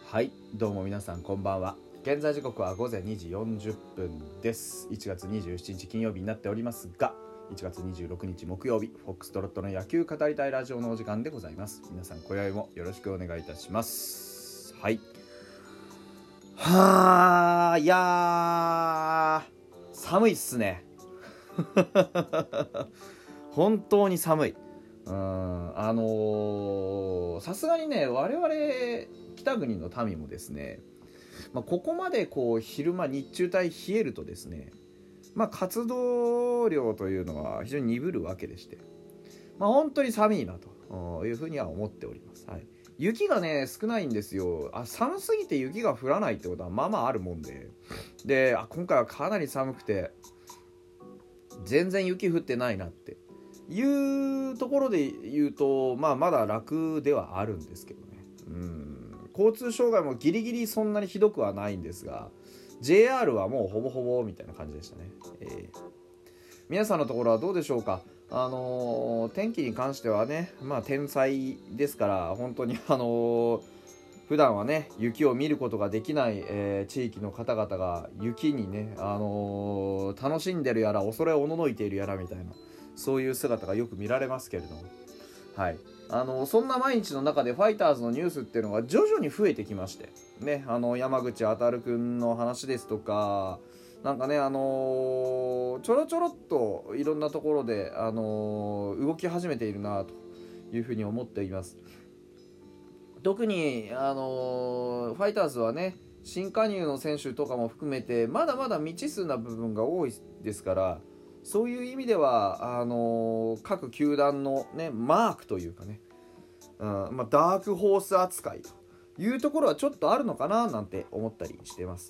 はい、どうも皆さんこんばんは。現在時刻は午前2時40分です。1月27日金曜日になっておりますが、1月26日木曜日、フォックストロットの野球語りたいラジオのお時間でございます。皆さん今宵もよろしくお願いいたします。はい。いやー、寒いっすね。本当に寒い。さすがにね、我々北国の民もですね、ここまで昼間日中帯冷えるとですね、活動量というのは非常に鈍るわけでして、本当に寒いなというふうには思っております。はい、雪がね少ないんですよ。寒すぎて雪が降らないってことはまあまああるもんで、今回はかなり寒くて全然雪降ってないなっていうところで言うと、まだ楽ではあるんですけどね。交通障害もギリギリそんなにひどくはないんですが、 JR はもうほぼほぼみたいな感じでしたね。皆さんのところはどうでしょうか。天気に関してはね、天才ですから本当に普段はね雪を見ることができない、地域の方々が雪にね、楽しんでるやら恐れおののいているやらみたいな、そういう姿がよく見られますけれども、はい、そんな毎日の中でファイターズのニュースっていうのが徐々に増えてきましてね、山口渉君の話ですとか、なんかねちょろちょろっといろんなところで、動き始めているなというふうに思っています。特にファイターズはね新加入の選手とかも含めてまだまだ未知数な部分が多いですから、そういう意味では各球団のねマークというかね、ダークホース扱いというところはちょっとあるのかななんて思ったりしています。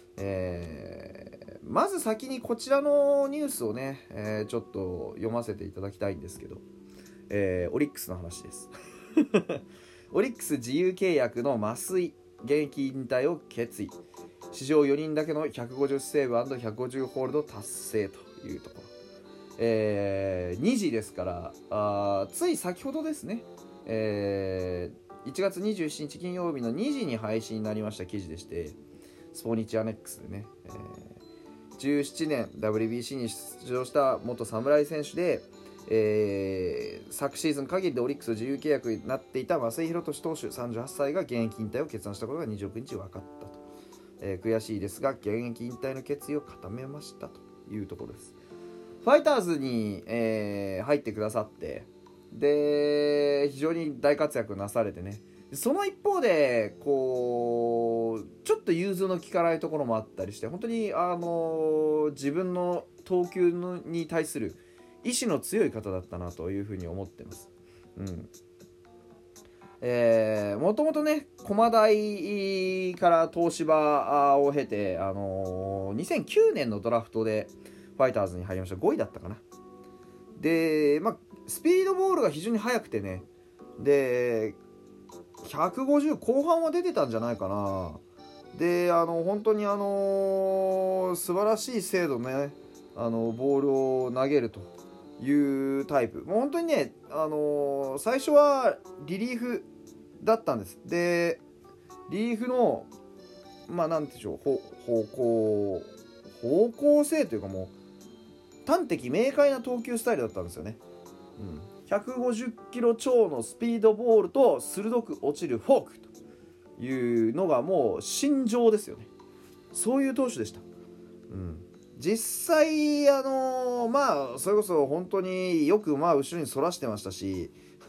まず先にこちらのニュースをね、ちょっと読ませていただきたいんですけど、オリックスの話ですオリックス自由契約の増井現役引退を決意。史上4人だけの150セーブ&150ホールド達成というところ、2時ですからつい先ほどですね、1月27日金曜日の2時に配信になりました記事でして、スポニチアネックスでね、17年 WBC に出場した元侍選手で、昨シーズン限りでオリックス自由契約になっていた増井宏寿投手38歳が現役引退を決断したことが26日分かったと、悔しいですが現役引退の決意を固めましたというところです。ファイターズに、入ってくださって、で非常に大活躍なされてね、その一方でちょっと融通の利かないところもあったりして、本当に自分の投球に対する意志の強い方だったなというふうに思ってます。もともとね駒大から東芝を経て、2009年のドラフトでファイターズに入りました。5位だったかな。でスピードボールが非常に速くてね、で150後半は出てたんじゃないかな。で本当に素晴らしい精度ねボールを投げるというタイプ。もう本当にね最初はリリーフだったんです。でリリーフのなんていうんでしょう、方向性というか、もう端的明快な投球スタイルだったんですよね。150キロ超のスピードボールと鋭く落ちるフォークというのがもう心情ですよね。そういう投手でした。実際それこそ本当によく後ろに反らしてましたし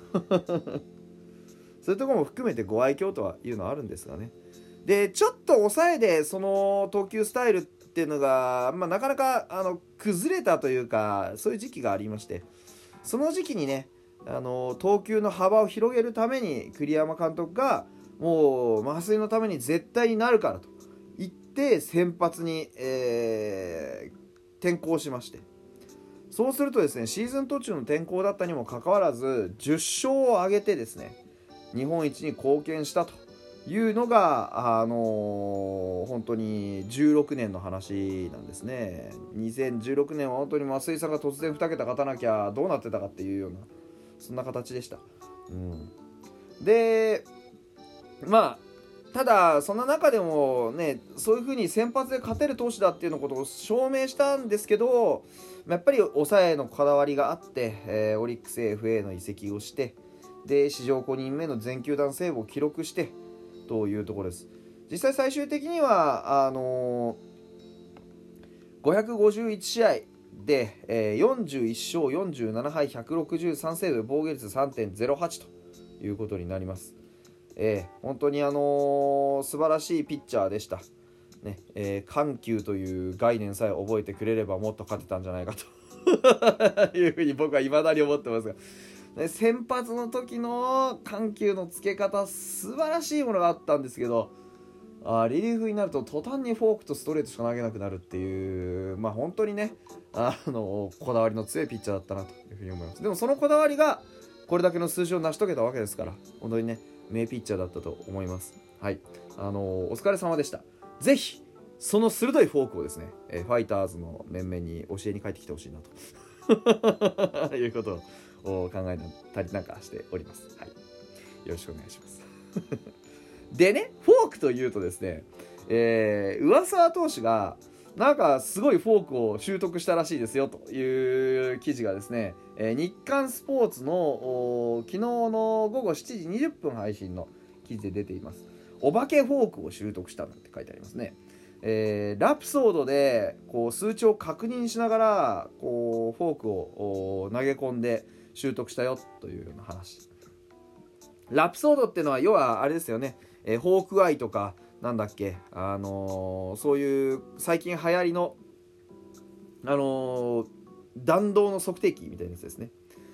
そういうところも含めてご愛嬌とはいうのはあるんですがね。でちょっと抑えでその投球スタイルっていうのが、なかなか崩れたというか、そういう時期がありまして、その時期にね投球の幅を広げるために栗山監督がもう増井のために絶対になるからと言って先発に、転向しまして、そうするとですね、シーズン途中の転向だったにもかかわらず10勝を挙げてですね日本一に貢献したというのが本当に16年の話なんですね。2016年は本当に増井さんが突然2桁勝たなきゃどうなってたかっていうような、そんな形でした。でただその中でもね、そういう風に先発で勝てる投手だっていうのことを証明したんですけど、やっぱり抑えのこだわりがあって、オリックス FA の移籍をして、で史上5人目の全球団セーブを記録してというところです。実際最終的には551試合で、41勝47敗163セーブ、防御率 3.08 ということになります。本当に素晴らしいピッチャーでした、ね。緩急という概念さえ覚えてくれればもっと勝てたんじゃないかというふうに僕は未だに思ってますが、ね、先発の時の緩急のつけ方素晴らしいものがあったんですけど、リリーフになると途端にフォークとストレートしか投げなくなるっていう、本当にねこだわりの強いピッチャーだったなというふうに思います。でもそのこだわりがこれだけの数字を成し遂げたわけですから、本当にね名ピッチャーだったと思います。はい、お疲れ様でした。ぜひその鋭いフォークをですね、ファイターズの面々に教えに帰ってきてほしいなということを考えたりなんかしております。はい、よろしくお願いしますでね、フォークというとですね、上沢投手がなんかすごいフォークを習得したらしいですよという記事がですね、日刊スポーツの昨日の午後7時20分配信の記事で出ています。お化けフォークを習得したなんて書いてありますね。ラプソードでこう数値を確認しながらこうフォークを投げ込んで習得したよというような話。ラプソードっていうのは要はあれですよね、ホークアイとかなんだっけ、そういう最近流行りの弾道の測定器みたいなやつですね。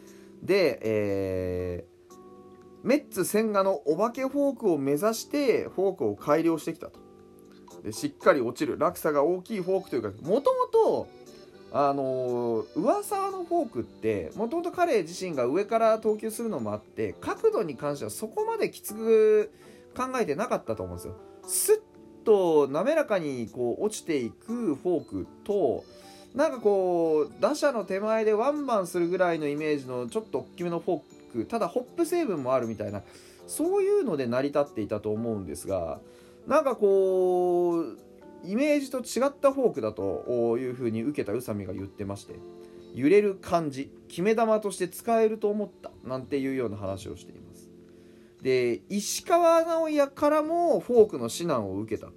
で、メッツ千賀のお化けフォークを目指してフォークを改良してきたと。でしっかり落ちる落差が大きいフォークというか、もともと上沢のフォークってもともと彼自身が上から投球するのもあって、角度に関してはそこまできつく考えてなかったと思うんですよ。スッと滑らかにこう落ちていくフォークと、なんかこう打者の手前でワンバンするぐらいのイメージのちょっと大きめのフォーク、ただホップ成分もあるみたいな、そういうので成り立っていたと思うんですが、なんかこうイメージと違ったフォークだというふうに受けた宇佐美が言ってまして、揺れる感じ、決め球として使えると思ったなんていうような話をしています。で石川直也からもフォークの指南を受けたと。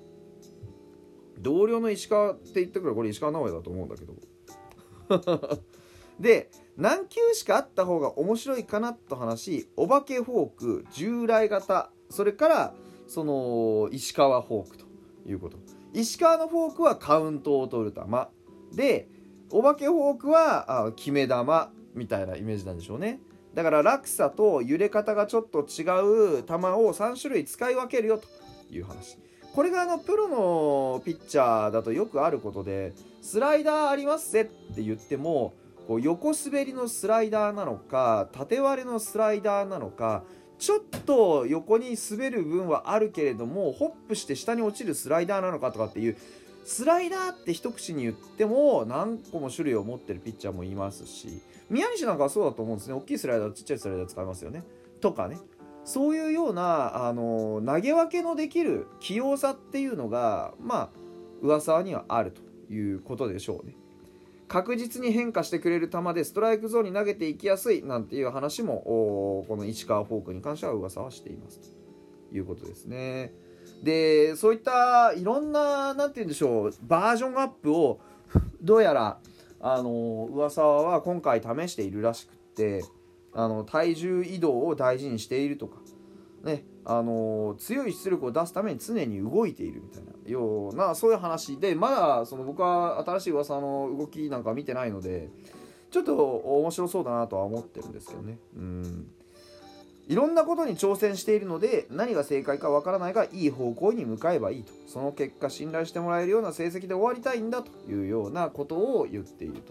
同僚の石川って言ってくればこれ石川直也だと思うんだけどで何球しかあった方が面白いかなと話し、お化けフォーク、従来型、それからその石川フォークということ。石川のフォークはカウントを取る球で、お化けフォークは決め球みたいなイメージなんでしょうね。だから落差と揺れ方がちょっと違う球を3種類使い分けるよという話。これがプロのピッチャーだとよくあることで、スライダーありますぜって言ってもこう横滑りのスライダーなのか縦割れのスライダーなのか、ちょっと横に滑る分はあるけれどもホップして下に落ちるスライダーなのかとかっていう、スライダーって一口に言っても何個も種類を持ってるピッチャーもいますし、宮西なんかはそうだと思うんですね。大きいスライダーちっちゃいスライダー使いますよねとかね。そういうような投げ分けのできる器用さっていうのが上沢にはあるということでしょうね。確実に変化してくれる球でストライクゾーンに投げていきやすいなんていう話もこの石川フォークに関しては噂はしていますということですね。でそういったいろんななんて言うんでしょう、バージョンアップをどうやら上沢は今回試しているらしくって、体重移動を大事にしているとかね、強い出力を出すために常に動いているみたいなような、そういう話で、まだ僕は新しい噂の動きなんか見てないのでちょっと面白そうだなとは思ってるんですけどね。いろんなことに挑戦しているので何が正解かわからないがいい方向に向かえばいいと、その結果信頼してもらえるような成績で終わりたいんだというようなことを言っていると。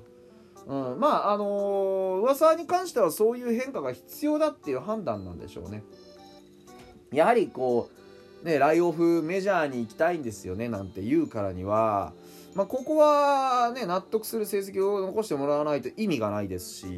噂に関してはそういう変化が必要だっていう判断なんでしょうね。やはりライオフメジャーに行きたいんですよねなんて言うからには、ここはね納得する成績を残してもらわないと意味がないですし、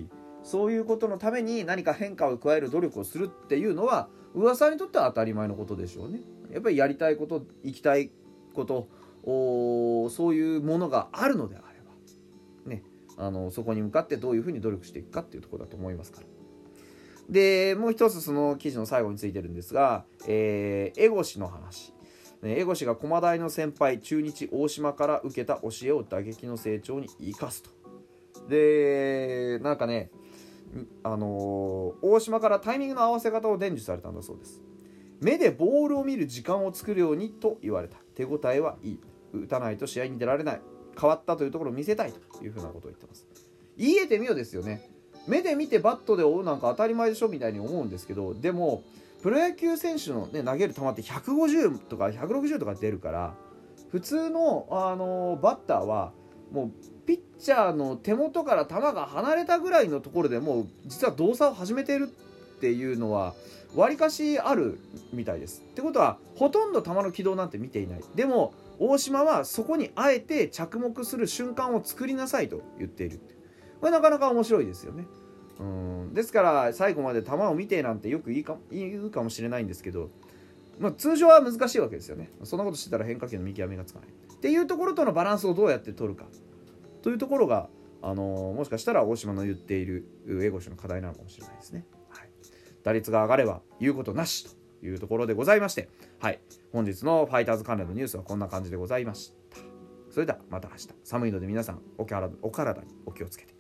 そういうことのために何か変化を加える努力をするっていうのは噂にとっては当たり前のことでしょうね。やっぱりやりたいこと、行きたいこと、そういうものがあるのであればね、そこに向かってどういうふうに努力していくかっていうところだと思いますから。でもう一つその記事の最後についてるんですが、江越の話。江越が駒大の先輩中日大島から受けた教えを打撃の成長に生かすと。でなんかね、大島からタイミングの合わせ方を伝授されたんだそうです。目でボールを見る時間を作るようにと言われた。手応えはいい。打たないと試合に出られない。変わったというところを見せたいというふうなことを言ってます。言えてみよですよね。目で見てバットで追うなんか当たり前でしょみたいに思うんですけど、でもプロ野球選手の、ね、投げる球って150とか160とか出るから、普通の、バッターはもうピッチャーの手元から球が離れたぐらいのところでもう実は動作を始めているっていうのはわりかしあるみたいです。ってことはほとんど球の軌道なんて見ていない。でも大島はそこにあえて着目する瞬間を作りなさいと言っている。これなかなか面白いですよね。ですから最後まで球を見てなんてよく言うかもしれないんですけど、通常は難しいわけですよね。そんなことしてたら変化球の見極めがつかないっていうところとのバランスをどうやって取るかというところが、もしかしたら大島の言っている江越の課題なのかもしれないですね。はい、打率が上がれば言うことなしというところでございまして、はい、本日のファイターズ関連のニュースはこんな感じでございました。それではまた明日。寒いので皆さんお体にお気をつけて。